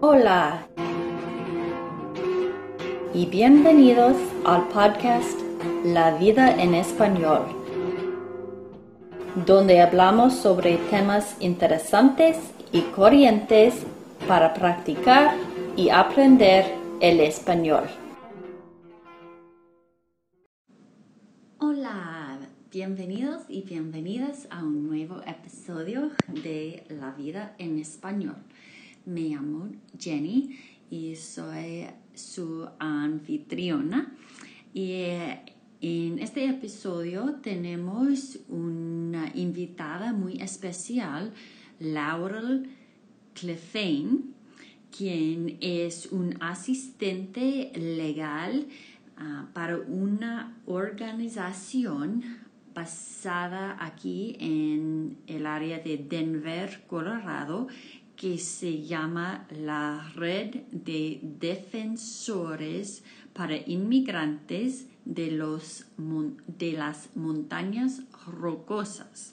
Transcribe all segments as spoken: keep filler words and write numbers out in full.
Hola y bienvenidos al podcast La Vida en Español, donde hablamos sobre temas interesantes y corrientes para practicar y aprender el español. Hola, bienvenidos y bienvenidas a un nuevo episodio de La Vida en Español. Me llamo Jenny y soy su anfitriona. Y en este episodio tenemos una invitada muy especial, Laurel Clephane, quien es un asistente legal uh, para una organización basada aquí en el área de Denver, Colorado, que se llama la Red de Defensores para Inmigrantes de, los, de las Montañas Rocosas.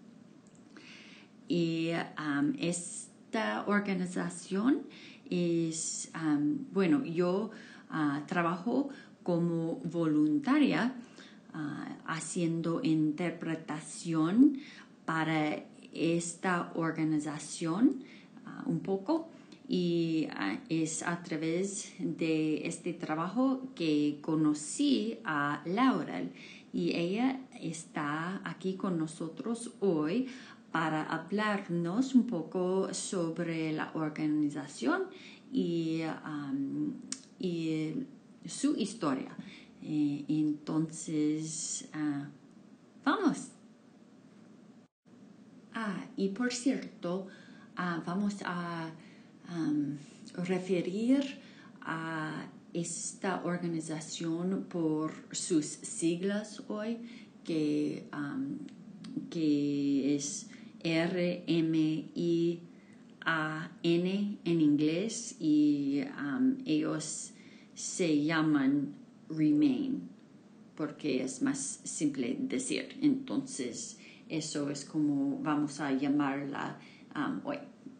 Y um, esta organización es, um, bueno, yo uh, trabajo como voluntaria uh, haciendo interpretación para esta organización uh, un poco. Y uh, es a través de este trabajo que conocí a Laurel y ella está aquí con nosotros hoy para hablarnos un poco sobre la organización y, um, y su historia. Eh, entonces, uh, vamos. Ah, y por cierto, uh, vamos a Um, referir a esta organización por sus siglas hoy, que, um, que es R M I A N en inglés y um, ellos se llaman Remain porque es más simple decir. Entonces, eso es como vamos a llamarla um, hoy.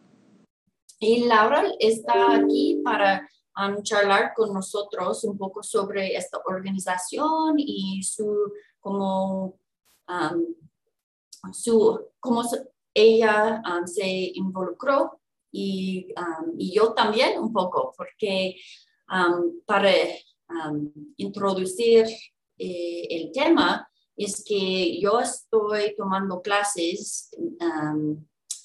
Y Laura está aquí para um, charlar con nosotros un poco sobre esta organización y su, como, um, su, cómo ella um, se involucró y, um, y yo también un poco, porque um, para um, introducir eh, el tema es que yo estoy tomando clases um,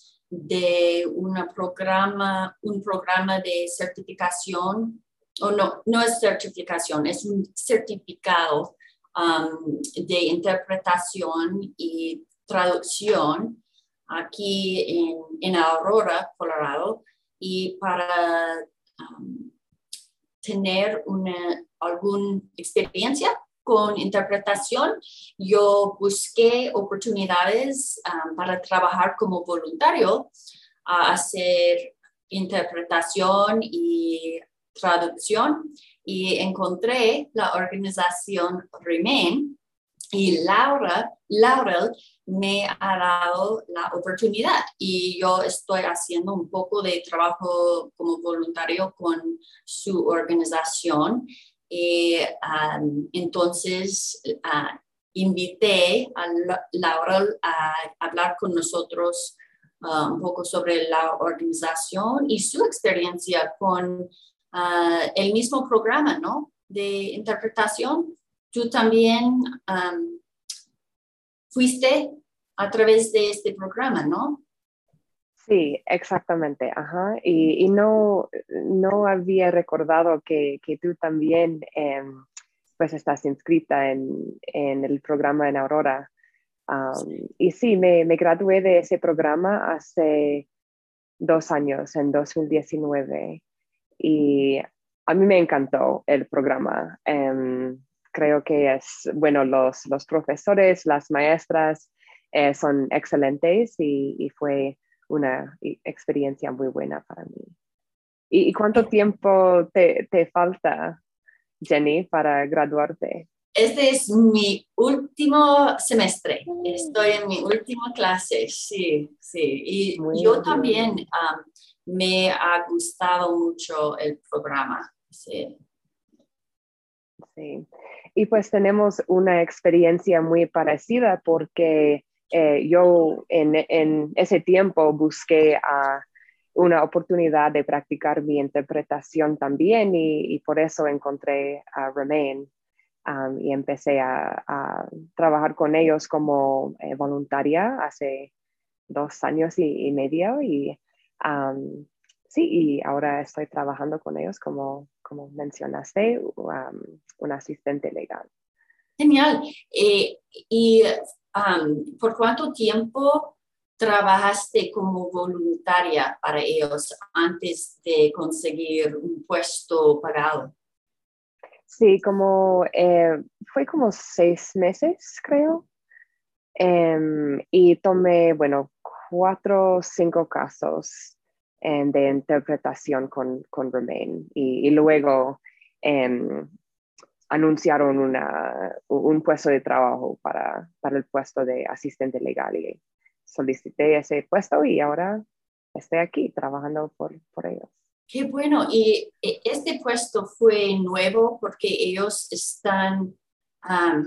de una programa, un programa de certificación, o no, no es certificación, es un certificado um, de interpretación y traducción aquí en, en Aurora, Colorado, y para um, tener una, alguna experiencia con interpretación, yo busqué oportunidades um, para trabajar como voluntario, a hacer interpretación y traducción, y encontré la organización Remain, y Laura, Laurel me ha dado la oportunidad y yo estoy haciendo un poco de trabajo como voluntario con su organización. Y, um, entonces uh, invité a Laurel a hablar con nosotros uh, un poco sobre la organización y su experiencia con uh, el mismo programa, ¿no?, de interpretación. Tú también um, fuiste a través de este programa, ¿no? Sí, exactamente, ajá. Y, y no, no había recordado que, que tú también eh, pues estás inscrita en, en el programa en Aurora. Um, y sí, me, me gradué de ese programa hace dos años, en dos mil diecinueve. Y a mí me encantó el programa. Um, creo que es, bueno, los, los profesores, las maestras eh, son excelentes y, y fue una experiencia muy buena para mí. ¿Y, y cuánto tiempo te, te falta, Jenny, para graduarte? Este es mi último semestre. Estoy en mi última clase, sí, sí. Y Muy yo bien. también um, me ha gustado mucho el programa. Sí. Sí. Y pues tenemos una experiencia muy parecida porque eh, yo en, en ese tiempo busqué a una oportunidad de practicar mi interpretación también y, y por eso encontré a Remain. Um, y empecé a, a, trabajar con ellos como eh, voluntaria hace dos años y, y medio y um, sí, y ahora estoy trabajando con ellos como, como mencionaste, um, un asistente legal. Genial. Eh, ¿Y um, por cuánto tiempo trabajaste como voluntaria para ellos antes de conseguir un puesto pagado? Sí, como eh, fue como seis meses, creo. Um, y tomé, bueno, cuatro o cinco casos um, de interpretación con, con Remain. Y, y luego um, anunciaron una, un puesto de trabajo para, para el puesto de asistente legal. Y solicité ese puesto y ahora estoy aquí trabajando por, por ellos. Qué bueno. ¿Y este puesto fue nuevo porque ellos están um,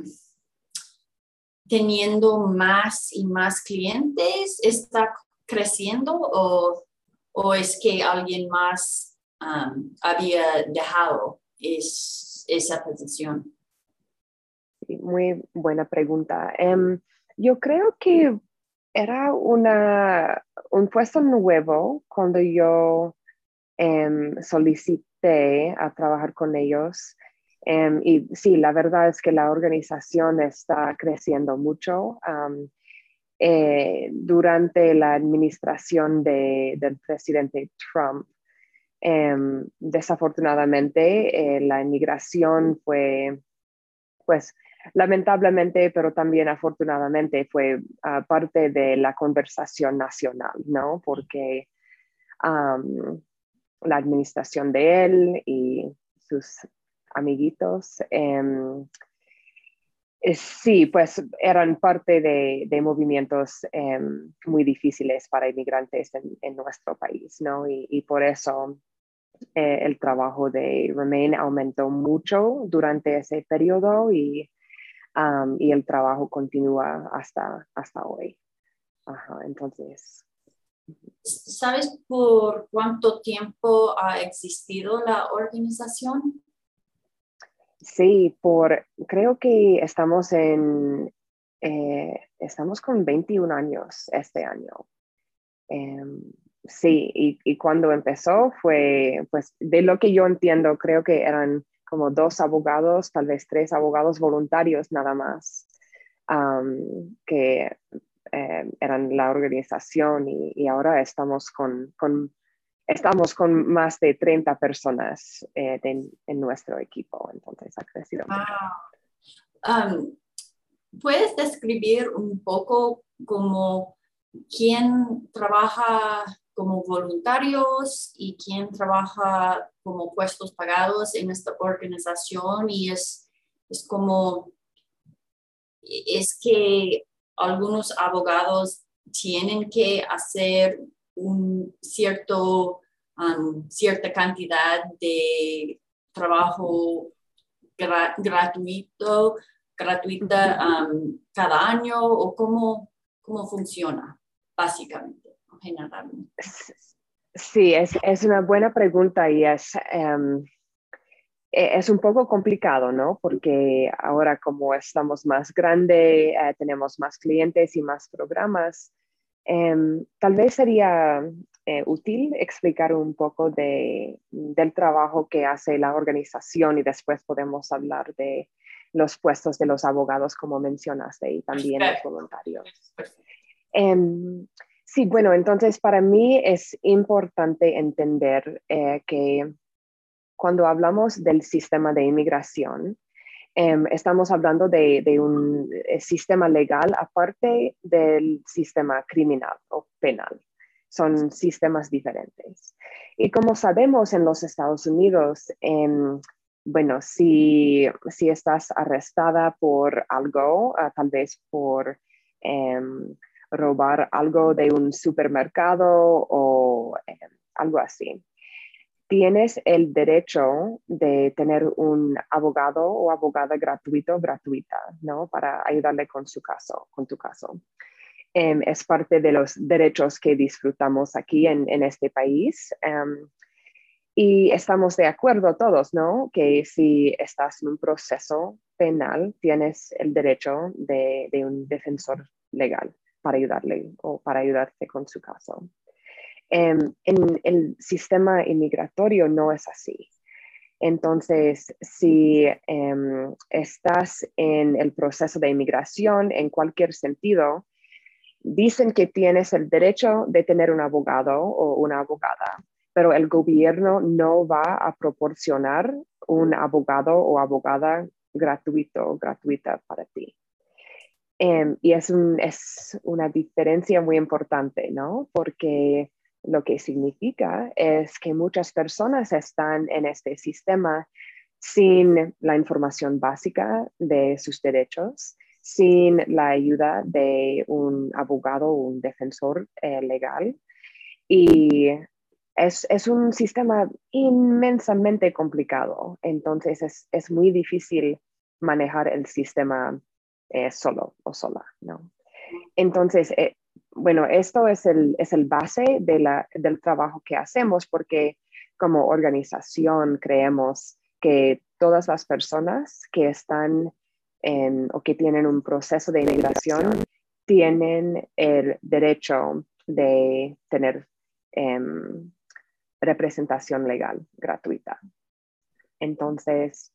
teniendo más y más clientes? ¿Está creciendo o, o es que alguien más um, había dejado es, esa posición? Sí, muy buena pregunta. Um, yo creo que era una, un puesto nuevo cuando yo um, solicité a trabajar con ellos. Um, y sí, la verdad es que la organización está creciendo mucho. Um, eh, durante la administración de, del presidente Trump, eh, desafortunadamente, eh, la inmigración fue, pues, lamentablemente, pero también afortunadamente, fue uh, parte de la conversación nacional, ¿no? Porque um, la administración de él y sus amiguitos um, sí, pues eran parte de, de movimientos eh, muy difíciles para inmigrantes en, en nuestro país, ¿no? Y, y por eso eh, el trabajo de Remain aumentó mucho durante ese periodo y, um, y el trabajo continúa hasta, hasta hoy. Ajá, entonces. ¿Sabes por cuánto tiempo ha existido la organización? Sí, por, creo que estamos en, eh, estamos con veintiún años este año. Um, sí, y, y cuando empezó fue, pues de lo que yo entiendo, creo que eran como dos abogados, tal vez tres abogados voluntarios nada más, um, que eh, eran la organización y, y ahora estamos con, con, estamos con más de treinta personas eh, de, en nuestro equipo, entonces ha crecido mucho. Um, ¿Puedes describir un poco como quién trabaja como voluntarios y quién trabaja como puestos pagados en esta organización? Y es, es como, es que algunos abogados tienen que hacer un cierto, um, cierta cantidad de trabajo gra gratuito, gratuita um, cada año o cómo, cómo funciona básicamente, generalmente. Sí, es, es una buena pregunta y es, um, es un poco complicado, ¿no? Porque ahora como estamos más grande, eh, tenemos más clientes y más programas, eh, tal vez sería eh, útil explicar un poco de, del trabajo que hace la organización y después podemos hablar de los puestos de los abogados, como mencionaste, y también Perfecto. los voluntarios. Eh, sí, bueno, entonces para mí es importante entender eh, que cuando hablamos del sistema de inmigración, eh, estamos hablando de, de un sistema legal aparte del sistema criminal o penal. Son sistemas diferentes. Y como sabemos en los Estados Unidos, eh, bueno, si, si estás arrestada por algo, uh, tal vez por um, robar algo de un supermercado o um, algo así, tienes el derecho de tener un abogado o abogada gratuito o gratuita, ¿no? Para ayudarle con su caso, con tu caso. Um, es parte de los derechos que disfrutamos aquí en, en este país. Um, y estamos de acuerdo todos, ¿no? Que si estás en un proceso penal, tienes el derecho de, de un defensor legal para ayudarle o para ayudarte con su caso. Um, en el sistema inmigratorio no es así. Entonces, si um, estás en el proceso de inmigración en cualquier sentido, dicen que tienes el derecho de tener un abogado o una abogada, pero el gobierno no va a proporcionar un abogado o abogada gratuito o gratuita para ti. Um, y es, un, es una diferencia muy importante, ¿no? Porque lo que significa es que muchas personas están en este sistema sin la información básica de sus derechos, sin la ayuda de un abogado o un defensor eh, legal. Y es, es, un sistema inmensamente complicado. Entonces es, es muy difícil manejar el sistema eh, solo o sola, ¿no? Entonces, eh, bueno, esto es el, es el base de la, del trabajo que hacemos porque como organización creemos que todas las personas que están en, o que tienen un proceso de inmigración tienen el derecho de tener um, representación legal gratuita. Entonces,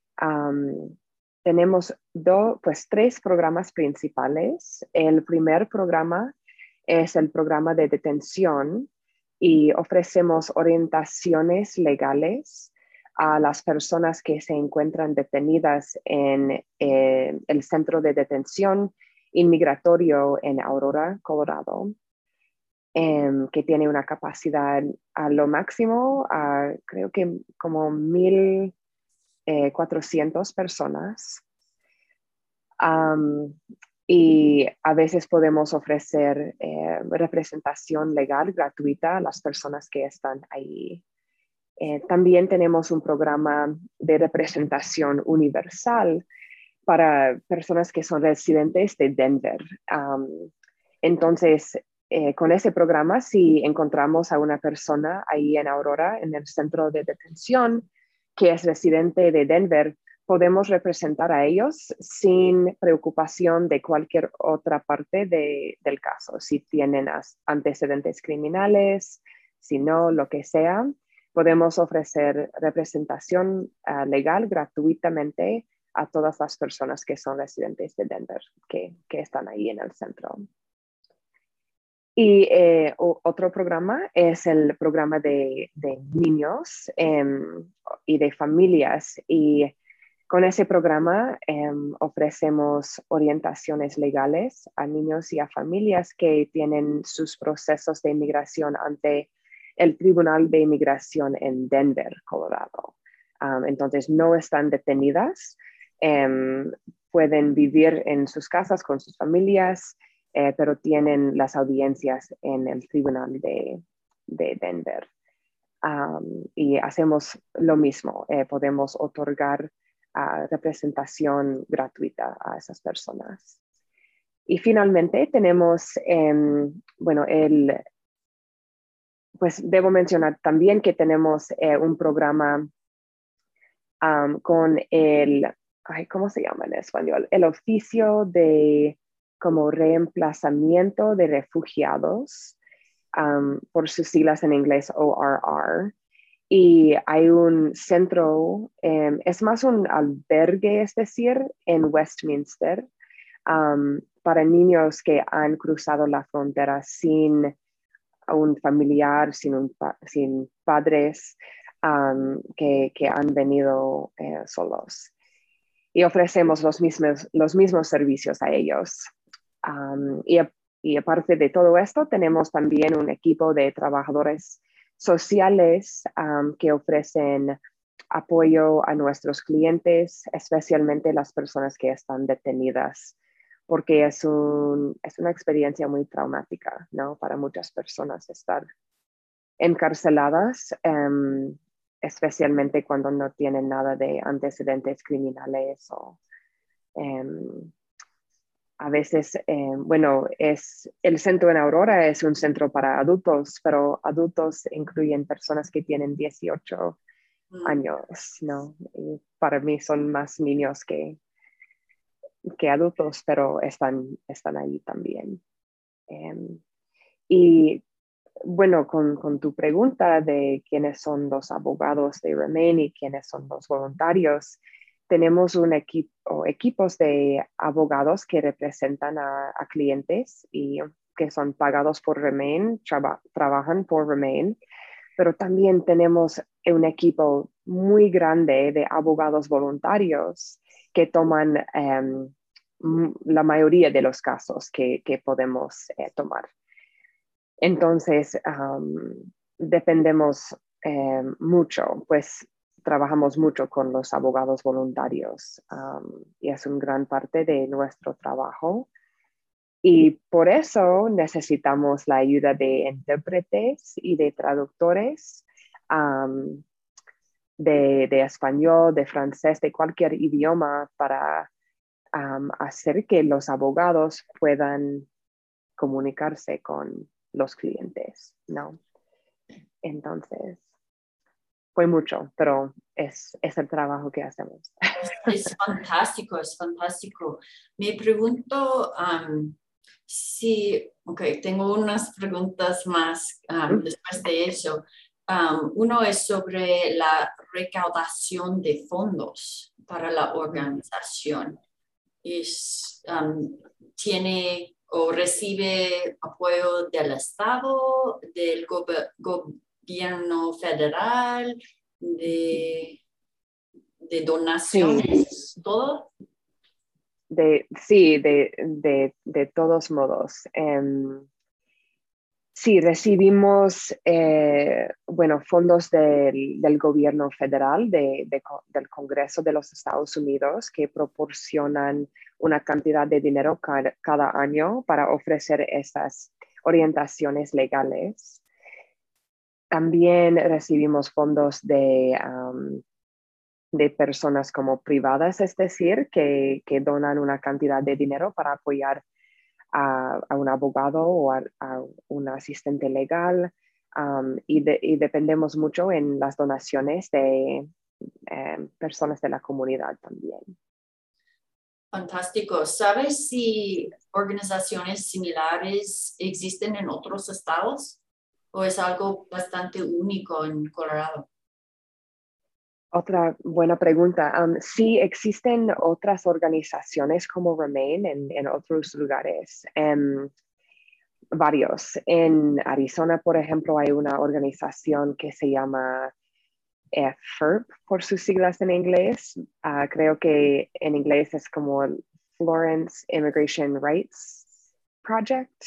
um, tenemos dos, pues, tres programas principales. El primer programa es el programa de detención y ofrecemos orientaciones legales a las personas que se encuentran detenidas en eh, el centro de detención inmigratorio en Aurora, Colorado, eh, que tiene una capacidad a lo máximo, a, creo que como mil cuatrocientas personas. Um, y a veces podemos ofrecer eh, representación legal gratuita a las personas que están ahí. Eh, también tenemos un programa de representación universal para personas que son residentes de Denver. Um, entonces, eh, con ese programa, si encontramos a una persona ahí en Aurora, en el centro de detención, que es residente de Denver, podemos representar a ellos sin preocupación de cualquier otra parte de, del caso. Si tienen antecedentes criminales, si no, lo que sea, podemos ofrecer representación uh, legal gratuitamente a todas las personas que son residentes de Denver, que, que están ahí en el centro. Y eh, otro programa es el programa de, de niños eh, y de familias. Y con ese programa eh, ofrecemos orientaciones legales a niños y a familias que tienen sus procesos de inmigración ante el Tribunal de Inmigración en Denver, Colorado. Um, entonces no están detenidas, um, pueden vivir en sus casas con sus familias, Eh, pero tienen las audiencias en el Tribunal de, de Denver. Um, y hacemos lo mismo, eh, podemos otorgar uh, representación gratuita a esas personas. Y finalmente tenemos, um, bueno, el, pues debo mencionar también que tenemos eh, un programa um, con el, ay, ¿cómo se llama en español? El oficio de como reemplazamiento de refugiados, um, por sus siglas en inglés O R R. Y hay un centro, um, es más un albergue, es decir, en Westminster, um, para niños que han cruzado la frontera sin un familiar, sin, un pa sin padres, um, que, que han venido eh, solos. Y ofrecemos los mismos, los mismos servicios a ellos. Um, y, y aparte de todo esto, tenemos también un equipo de trabajadores sociales um, que ofrecen apoyo a nuestros clientes, especialmente las personas que están detenidas, porque es, un, es una experiencia muy traumática, ¿no? Para muchas personas estar encarceladas, um, especialmente cuando no tienen nada de antecedentes criminales o um, a veces, eh, bueno, es, el centro en Aurora es un centro para adultos, pero adultos incluyen personas que tienen dieciocho Mm. años, ¿no? Y para mí son más niños que, que adultos, pero están, están ahí también. Um, y bueno, con, con tu pregunta de quiénes son los abogados de Remain y quiénes son los voluntarios, tenemos un equipo, equipos de abogados que representan a, a clientes y que son pagados por Remain, traba, trabajan por Remain, pero también tenemos un equipo muy grande de abogados voluntarios que toman um, la mayoría de los casos que, que podemos eh, tomar. Entonces, um, dependemos eh, mucho, pues trabajamos mucho con los abogados voluntarios um, y es una gran parte de nuestro trabajo. Y por eso necesitamos la ayuda de intérpretes y de traductores um, de, de español, de francés, de cualquier idioma para um, hacer que los abogados puedan comunicarse con los clientes, ¿no? Entonces, fue mucho, pero es, es el trabajo que hacemos. Es fantástico, es fantástico. Me pregunto um, si, ok, tengo unas preguntas más um, Mm. después de eso. Um, uno es sobre la recaudación de fondos para la organización. Es, um, ¿tiene o recibe apoyo del Estado, del go gobierno federal, de, de Sí, donaciones, todo? de, sí, de, de, de todos modos. Um, sí, recibimos, eh, bueno, fondos del, del gobierno federal, de, de, del Congreso de los Estados Unidos, que proporcionan una cantidad de dinero cada, cada año para ofrecer estas orientaciones legales. También recibimos fondos de, um, de personas como privadas, es decir, que, que donan una cantidad de dinero para apoyar a, a un abogado o a, a un asistente legal. Um, y, de, y dependemos mucho en las donaciones de eh, personas de la comunidad también. Fantástico. ¿Sabes si organizaciones similares existen en otros estados o es algo bastante único en Colorado? Otra buena pregunta. Um, sí, existen otras organizaciones como Remain en, en otros lugares. Um, varios. En Arizona, por ejemplo, hay una organización que se llama eh, F I R P por sus siglas en inglés. Uh, creo que en inglés es como Florence Immigration Rights Project.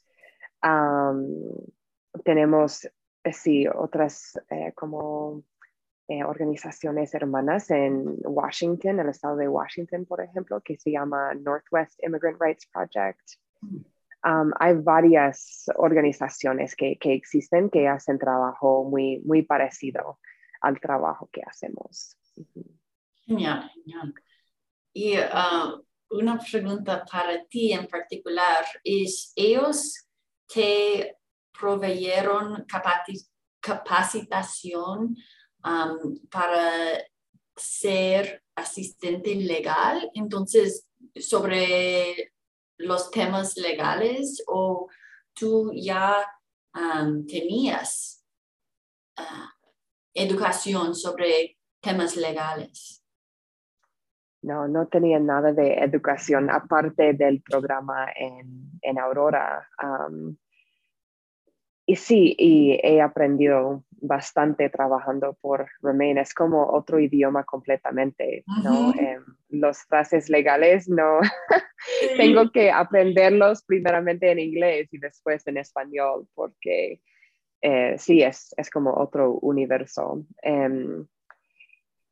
Um, tenemos, eh, sí, otras eh, como eh, organizaciones hermanas en Washington, el estado de Washington, por ejemplo, que se llama Northwest Immigrant Rights Project. Um, hay varias organizaciones que, que existen que hacen trabajo muy, muy parecido al trabajo que hacemos. Genial, genial. Y uh, una pregunta para ti en particular es, ¿ellos te proveyeron capaci capacitación um, para ser asistente legal? Entonces, sobre los temas legales, o tú ya um, tenías uh, educación sobre temas legales? No, no tenía nada de educación aparte del programa en, en Aurora. Um, y sí, y he aprendido bastante trabajando por Remain. Es como otro idioma completamente, ¿no? Uh-huh. Eh, los frases legales, no. Sí. Tengo que aprenderlos primeramente en inglés y después en español, porque eh, sí, es, es como otro universo. Um,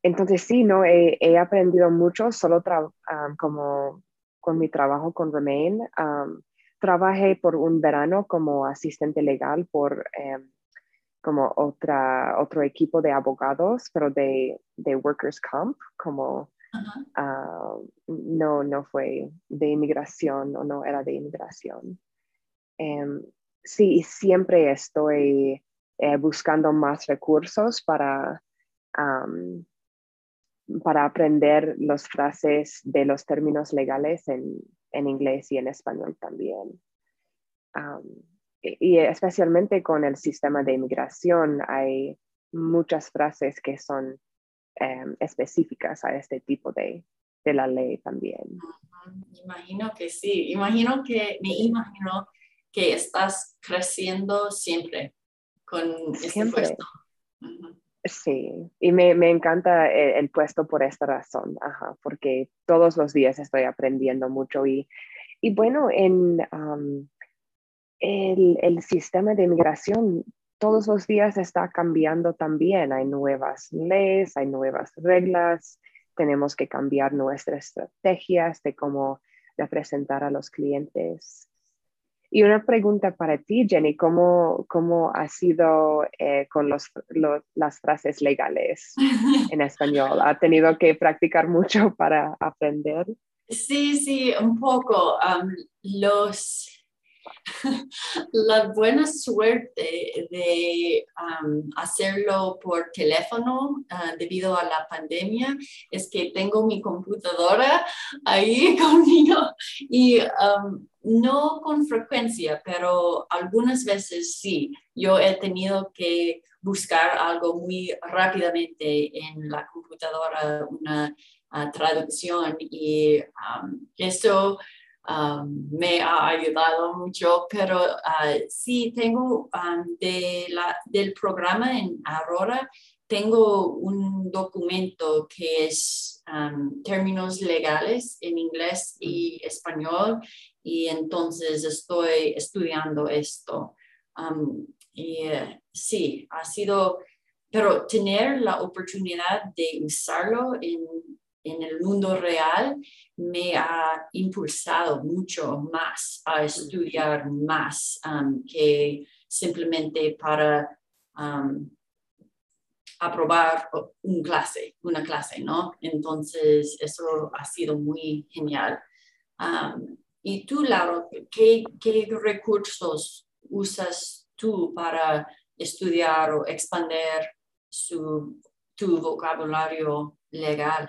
entonces sí, ¿no? He, he aprendido mucho solo tra- um, como con mi trabajo con Remain. Um, trabajé por un verano como asistente legal por um, como otra, otro equipo de abogados, pero de, de Workers' Comp, como Ajá. uh, no, no fue de inmigración o no era de inmigración. Um, sí, siempre estoy eh, buscando más recursos para... Um, para aprender las frases de los términos legales en, en inglés y en español también. Um, y, y especialmente con el sistema de inmigración hay muchas frases que son um, específicas a este tipo de, de la ley también. Imagino que sí, imagino que, me Sí. imagino que estás creciendo siempre con este Siempre, puesto. Ujú. sí. Y me, me encanta el, el puesto por esta razón, ajá, porque todos los días estoy aprendiendo mucho y, y bueno, en... Um, El, el sistema de inmigración todos los días está cambiando también. Hay nuevas leyes, hay nuevas reglas, tenemos que cambiar nuestras estrategias de cómo representar a los clientes. Y una pregunta para ti, Jenny, ¿cómo, cómo ha sido eh, con los, los, las frases legales en español? ¿Ha tenido que practicar mucho para aprender? Sí, sí, un poco. Um, los, la buena suerte de um, hacerlo por teléfono uh, debido a la pandemia es que tengo mi computadora ahí conmigo y um, no con frecuencia, pero algunas veces sí. Yo he tenido que buscar algo muy rápidamente en la computadora, una uh, traducción y um, eso um, me ha ayudado mucho, pero uh, sí tengo um, de la, del programa en Aurora, tengo un documento que es um, términos legales en inglés y español y entonces estoy estudiando esto. Um, y uh, sí, ha sido, pero tener la oportunidad de usarlo en, en el mundo real me ha impulsado mucho más a estudiar más um, que simplemente para um, aprobar un clase, una clase, ¿no? Entonces, eso ha sido muy genial. Um, y tú, Laura, ¿qué, qué recursos usas tú para estudiar o expandir su, tu vocabulario legal?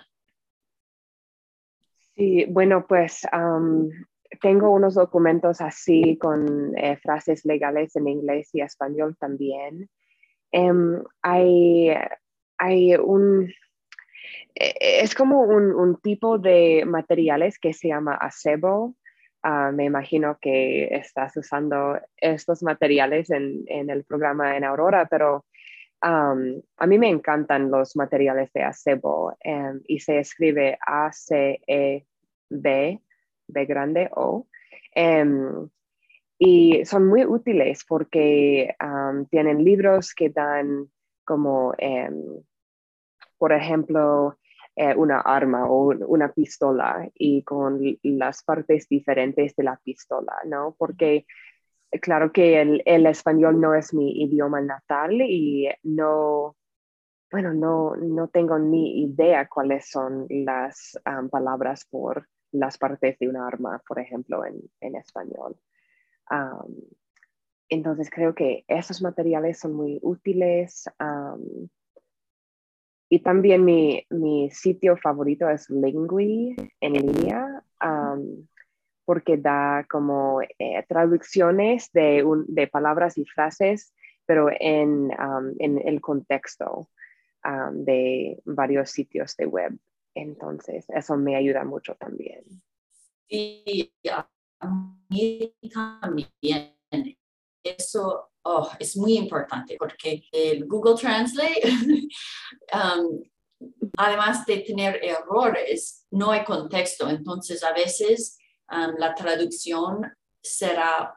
Sí, bueno, pues um, tengo unos documentos así con eh, frases legales en inglés y español también. Um, hay, hay un, eh, es como un, un, tipo de materiales que se llama acebo. Uh, me imagino que estás usando estos materiales en, en el programa en Aurora, pero Um, a mí me encantan los materiales de acebo um, y se escribe A C E B, B grande O. Um, y son muy útiles porque um, tienen libros que dan como, um, por ejemplo, eh, una arma o una pistola y con las partes diferentes de la pistola, ¿no? Porque claro que el, el español no es mi idioma natal y no, bueno, no, no tengo ni idea cuáles son las um, palabras por las partes de una arma, por ejemplo, en, en español. Um, entonces creo que esos materiales son muy útiles. Um, y también mi, mi sitio favorito es Lingui en línea. Um, porque da como eh, traducciones de, un, de palabras y frases, pero en, um, en el contexto um, de varios sitios de web. Entonces, eso me ayuda mucho también. Y a mí también eso oh, es muy importante porque el Google Translate, um, además de tener errores, no hay contexto. Entonces, a veces um, la traducción será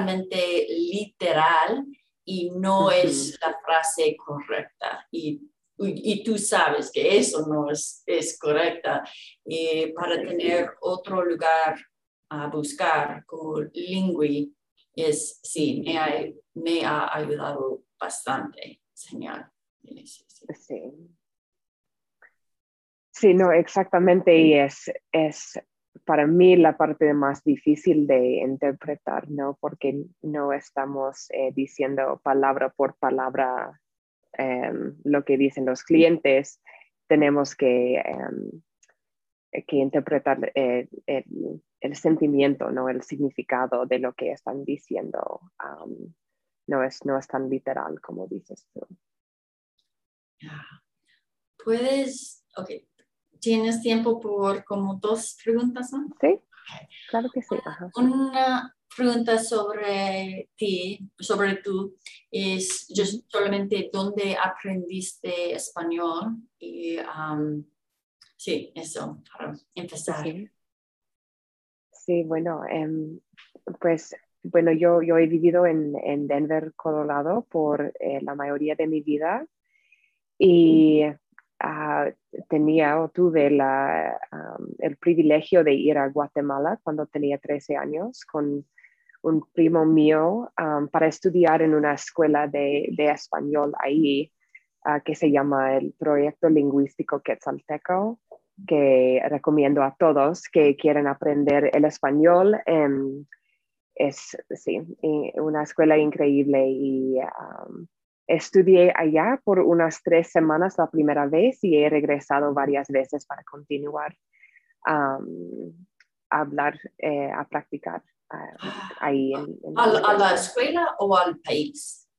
totalmente literal y no Uh-huh. es la frase correcta. Y y, y tú sabes que eso no es, es correcta, y para tener otro lugar a buscar como Lingui, es, sí, me ha, me ha ayudado bastante. Genial. Sí, sí, sí. Sí. Sí, no, exactamente, y es, es para mí la parte más difícil de interpretar, ¿no? Porque no estamos eh, diciendo palabra por palabra eh, lo que dicen los clientes, tenemos que, eh, que interpretar eh, el, el sentimiento, ¿no? El significado de lo que están diciendo. Um, no, es, no es tan literal como dices tú. Puedes, ok, ¿tienes tiempo por como dos preguntas, no? Sí, claro que sí. Ajá. Una pregunta sobre ti, sobre tú, es yo Uh-huh. solamente dónde aprendiste español y um, sí, eso, para empezar. Sí, sí, bueno, um, pues bueno, yo, yo he vivido en, en Denver, Colorado, por eh, la mayoría de mi vida y uh, tenía o tuve la, um, el privilegio de ir a Guatemala cuando tenía trece años con un primo mío um, para estudiar en una escuela de, de español ahí uh, que se llama el Proyecto Lingüístico Quetzalteco, que recomiendo a todos que quieren aprender el español. Um, es, sí, una escuela increíble y um, estudié allá por unas tres semanas la primera vez y he regresado varias veces para continuar um, a hablar, eh, a practicar um, ahí en, en la ¿A, la- a la escuela. escuela o al país?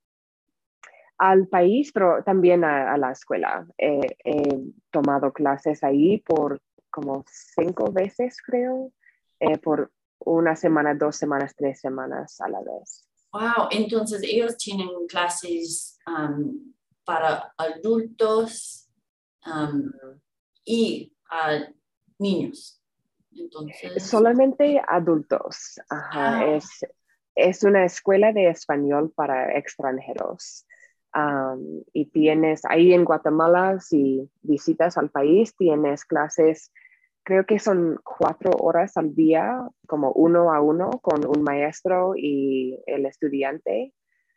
Al país, pero también a, a la escuela. Eh, he tomado clases ahí por como cinco veces, creo, eh, por una semana, dos semanas, tres semanas a la vez. Wow, entonces ellos tienen clases um, para adultos um, y a niños. Entonces, Solamente adultos. Ajá. ah, Es, es una escuela de español para extranjeros. Um, y tienes ahí en Guatemala, si visitas al país, tienes clases, creo que son cuatro horas al día, como uno a uno con un maestro y el estudiante.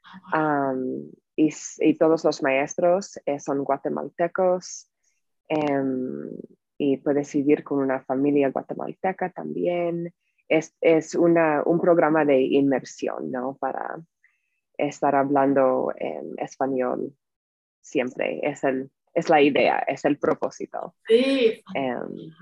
Um, y, y, todos los maestros eh, son guatemaltecos. Um, y puedes vivir con una familia guatemalteca también. Es, es una, un programa de inmersión, ¿no? Para estar hablando en español siempre. Es, el, es la idea, es el propósito. sí, Um,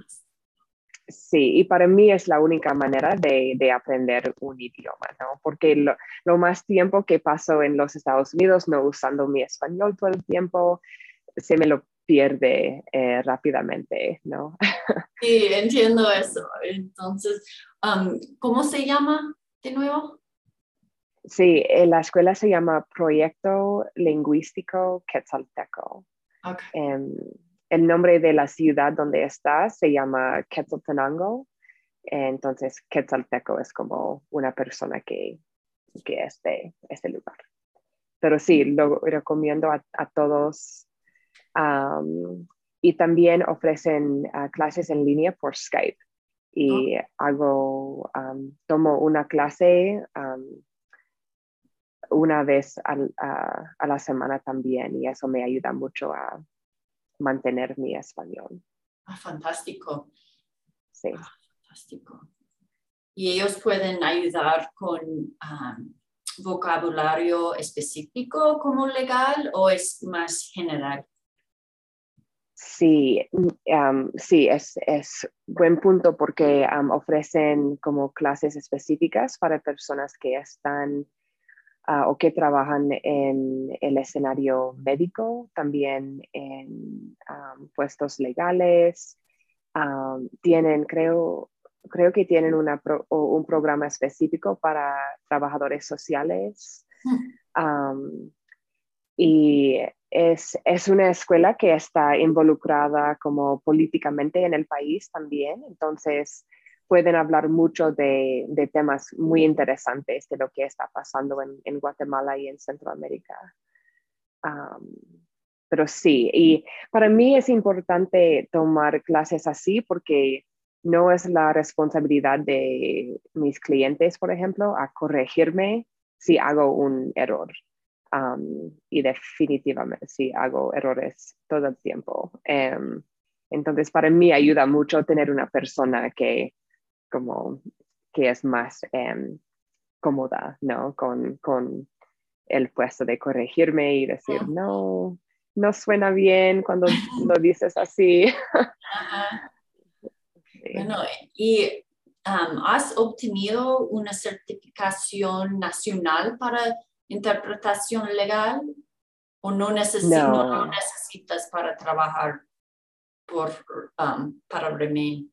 sí, y para mí es la única manera de, de aprender un idioma, ¿no? Porque lo, lo, más tiempo que paso en los Estados Unidos no usando mi español todo el tiempo, se me lo pierde eh, rápidamente, ¿no? sí, entiendo eso. Entonces, um, ¿cómo se llama de nuevo? Sí, la escuela se llama Proyecto Lingüístico Quetzalteco. Okay. Um, el nombre de la ciudad donde está se llama Quetzaltenango. Entonces, Quetzalteco es como una persona que, que es de este lugar. Pero sí, lo recomiendo a, a todos. Um, y también ofrecen uh, clases en línea por Skype. Y hago, um, tomo una clase um, una vez al, a, a la semana también. Y eso me ayuda mucho a mantener mi español. Ah, fantástico. Sí. Ah, fantástico. Y ellos pueden ayudar con um, vocabulario específico como legal o es más general. Sí, um, sí, es, es buen punto porque um, ofrecen como clases específicas para personas que están uh, o que trabajan en el escenario médico, también en um, puestos legales. Um, tienen, creo, creo que tienen una pro, o un programa específico para trabajadores sociales. Um, y es, es una escuela que está involucrada como políticamente en el país también, entonces pueden hablar mucho de, de temas muy interesantes de lo que está pasando en, en Guatemala y en Centroamérica. Um, pero sí, y para mí es importante tomar clases así porque no es la responsabilidad de mis clientes, por ejemplo, a corregirme si hago un error. Um, y definitivamente sí hago errores todo el tiempo. Um, entonces, para mí ayuda mucho tener una persona que, como, que es más um, cómoda, ¿no? Con, con el puesto de corregirme y decir, no, no suena bien cuando lo dices así. Ajá. Sí. Bueno, ¿y um, has obtenido una certificación nacional para interpretación legal o no, necesi no lo No, necesitas para trabajar por, um, para Remain?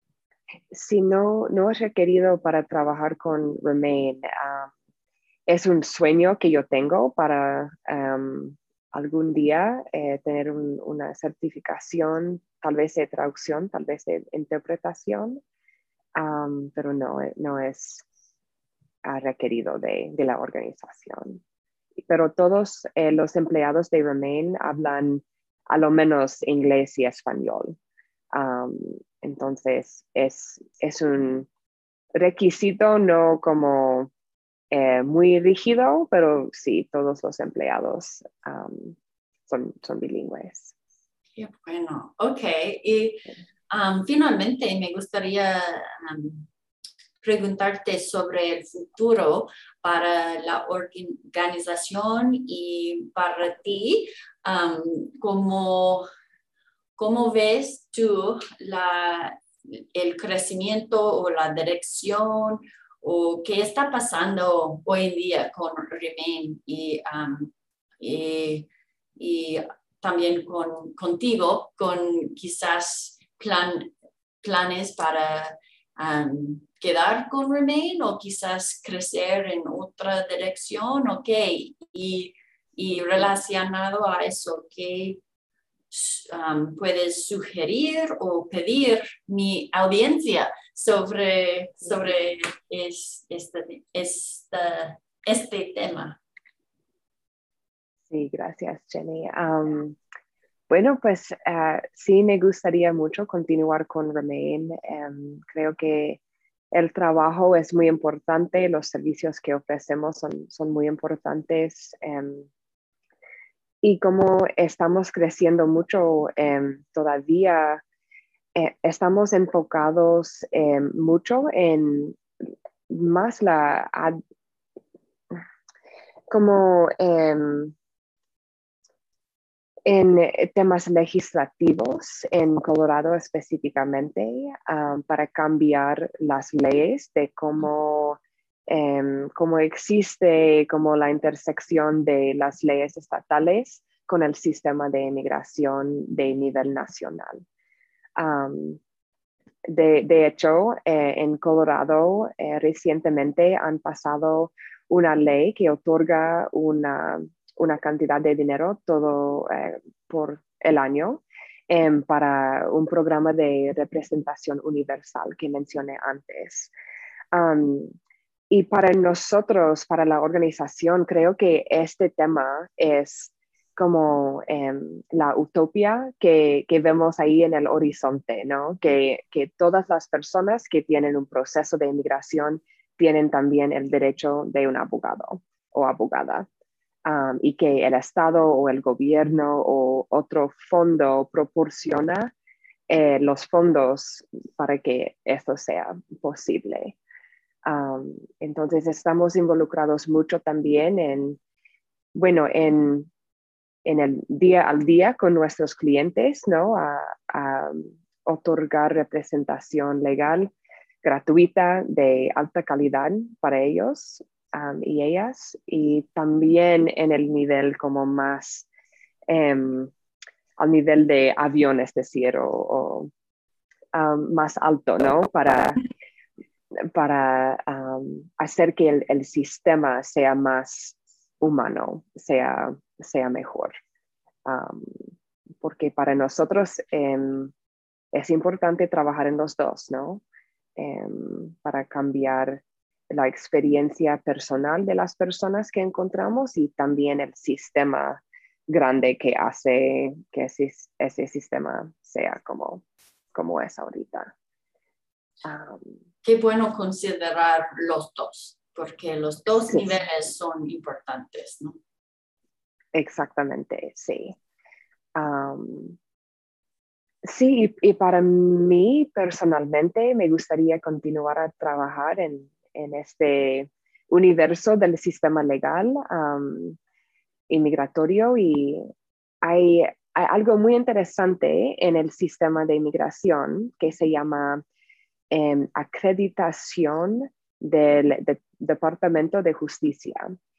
si no, no es requerido para trabajar con Remain. Um, es un sueño que yo tengo para um, algún día eh, tener un, una certificación, tal vez de traducción, tal vez de interpretación, um, pero no, no es uh, requerido de, de, la organización. Pero todos eh, los empleados de Remain hablan a lo menos inglés y español. Um, entonces, es, es un requisito no como eh, muy rígido, pero sí, todos los empleados um, son, son bilingües. Qué bueno, ok. Y um, finalmente me gustaría um, preguntarte sobre el futuro para la organización y para ti, um, ¿cómo, cómo ves tú la, el crecimiento o la dirección o qué está pasando hoy en día con Remain y, um, y, y también con, contigo, con quizás plan, planes para um, quedar con Remain o quizás crecer en otra dirección, ok, y, y relacionado a eso, ¿qué um, puedes sugerir o pedir mi audiencia sobre, sobre es, este, este, este tema? Sí, gracias, Jenny. Um, bueno, pues uh, sí me gustaría mucho continuar con Remain. Um, creo que el trabajo es muy importante, los servicios que ofrecemos son, son muy importantes. Um, y como estamos creciendo mucho um, todavía, eh, estamos enfocados um, mucho en más la, ad, como... Um, en temas legislativos en Colorado específicamente um, para cambiar las leyes de cómo, um, cómo existe como la intersección de las leyes estatales con el sistema de inmigración de nivel nacional. Um, de, de, hecho, eh, en Colorado eh, recientemente han pasado una ley que otorga una una cantidad de dinero todo eh, por el año eh, para un programa de representación universal que mencioné antes. Um, y para nosotros, para la organización, creo que este tema es como eh, la utopía que, que vemos ahí en el horizonte, ¿no? Que, que todas las personas que tienen un proceso de inmigración tienen también el derecho de un abogado o abogada. Um, y que el Estado o el gobierno o otro fondo proporciona eh, los fondos para que esto sea posible. Um, entonces estamos involucrados mucho también en, bueno, en, en el día al día con nuestros clientes, ¿no? A, a otorgar representación legal gratuita de alta calidad para ellos. Um, y ellas, y también en el nivel como más, um, al nivel de avión, es decir, o, o um, más alto, ¿no? Para, para um, hacer que el, el sistema sea más humano, sea, sea mejor. Um, porque para nosotros um, es importante trabajar en los dos, ¿no? Um, para cambiar la experiencia personal de las personas que encontramos y también el sistema grande que hace que ese, ese sistema sea como, como es ahorita. Um, Qué bueno considerar los dos, porque los dos sí. niveles son importantes, ¿no? Exactamente, sí. Um, sí, y, y para mí personalmente me gustaría continuar a trabajar en, en este universo del sistema legal um, inmigratorio, y hay, hay algo muy interesante en el sistema de inmigración que se llama eh, acreditación del de, Departamento de Justicia.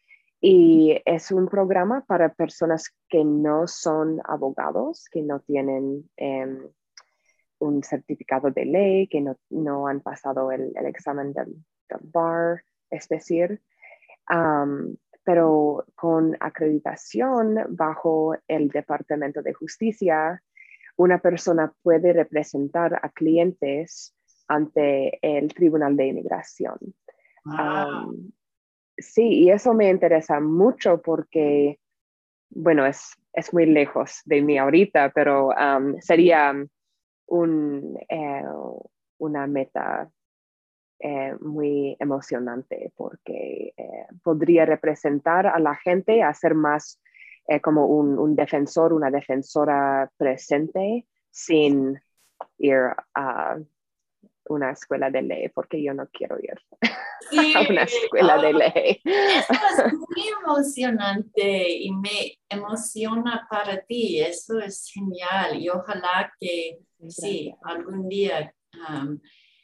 Y es un programa para personas que no son abogados, que no tienen eh, un certificado de ley, que no, no han pasado el, el examen del, del bar, es decir, um, pero con acreditación bajo el Departamento de Justicia, una persona puede representar a clientes ante el Tribunal de Inmigración. Wow. Um, sí, y eso me interesa mucho porque, bueno, es, es muy lejos de mí ahorita, pero um, sería un, eh, una meta eh, muy emocionante porque eh, podría representar a la gente, hacer más eh, como un, un defensor, una defensora presente sin ir a una escuela de ley, porque yo no quiero ir Sí, a una escuela de ah, ley. eso es muy emocionante y me emociona para ti. Eso es genial y ojalá que sí, Gracias. algún día um,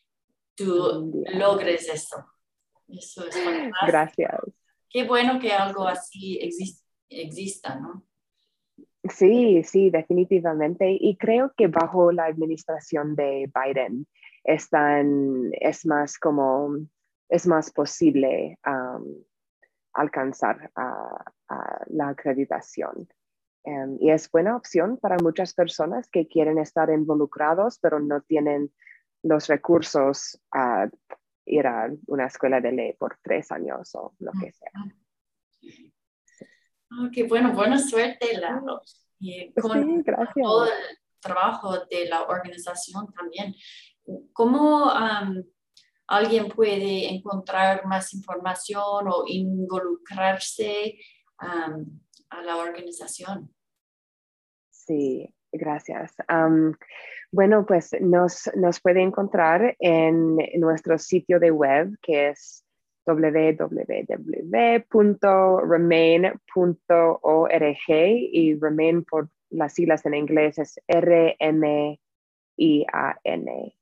tú Algún día. logres eso. Eso es fantástico. Gracias. Qué bueno que algo Sí. así exist exista, ¿no? Sí, sí, definitivamente. Y creo que bajo la administración de Biden están, es más como, es más posible um, alcanzar a, a la acreditación. Um, y es buena opción para muchas personas que quieren estar involucrados, pero no tienen los recursos a ir a una escuela de ley por tres años o lo que sea. Oh, qué bueno, buena suerte, Lalo. Y con, Sí, con todo gracias. el trabajo de la organización también. ¿Cómo um, alguien puede encontrar más información o involucrarse um, a la organización? Sí, gracias. Um, bueno, pues nos, nos puede encontrar en nuestro sitio de web, que es w w w punto remain punto org, y Remain por las siglas en inglés es R M I A N,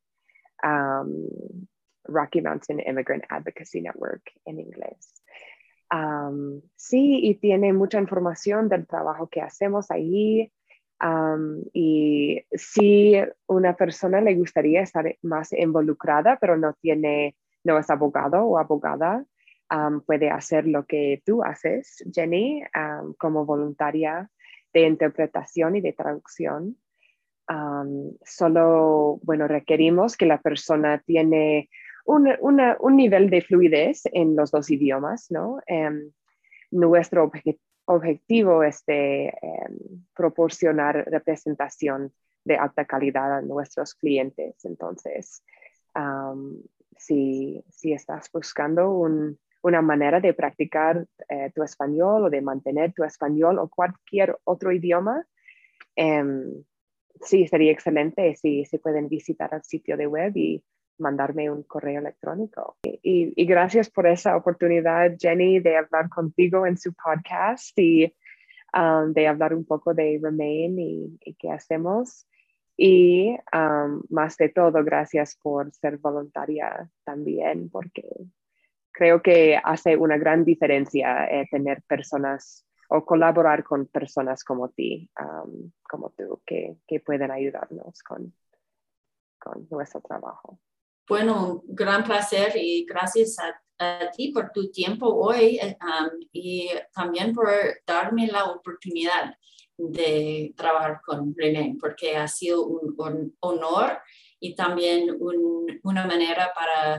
um, Rocky Mountain Immigrant Advocacy Network en inglés. Um, sí, y tiene mucha información del trabajo que hacemos ahí. Um, y si una persona le gustaría estar más involucrada, pero no tiene, no es abogado o abogada, um, puede hacer lo que tú haces, Jenny, um, como voluntaria de interpretación y de traducción. Um, solo, bueno, requerimos que la persona tiene un, una, un nivel de fluidez en los dos idiomas, ¿no? Um, nuestro obje objetivo es de um, proporcionar representación de alta calidad a nuestros clientes. Entonces, um, si, si estás buscando un, una manera de practicar eh, tu español o de mantener tu español o cualquier otro idioma, um, sí, sería excelente si se pueden visitar el sitio de web y mandarme un correo electrónico. Y, y gracias por esa oportunidad, Jenny, de hablar contigo en su podcast y um, de hablar un poco de Remain y, y qué hacemos. Y um, más de todo, gracias por ser voluntaria también, porque creo que hace una gran diferencia eh, tener personas o colaborar con personas como ti, um, como tú, que, que pueden ayudarnos con, con nuestro trabajo. Bueno, un gran placer y gracias a, a ti por tu tiempo hoy um, y también por darme la oportunidad de trabajar con René, porque ha sido un, un honor y también un, una manera para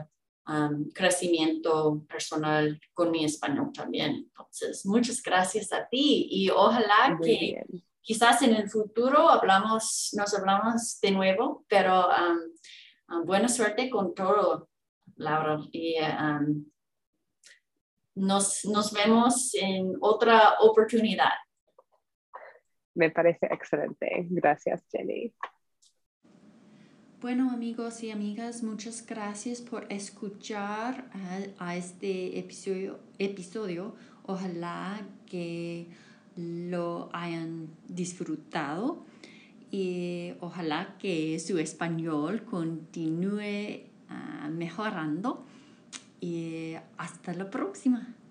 um, crecimiento personal con mi español también. Entonces, muchas gracias a ti y ojalá Muy que bien. quizás en el futuro hablamos, nos hablamos de nuevo, pero um, um, buena suerte con todo, Laura. Y um, nos, nos vemos en otra oportunidad. Me parece excelente. Gracias, Jenny. Bueno, amigos y amigas, muchas gracias por escuchar a, a este episodio, episodio. Ojalá que lo hayan disfrutado y ojalá que su español continúe uh, mejorando. Y hasta la próxima.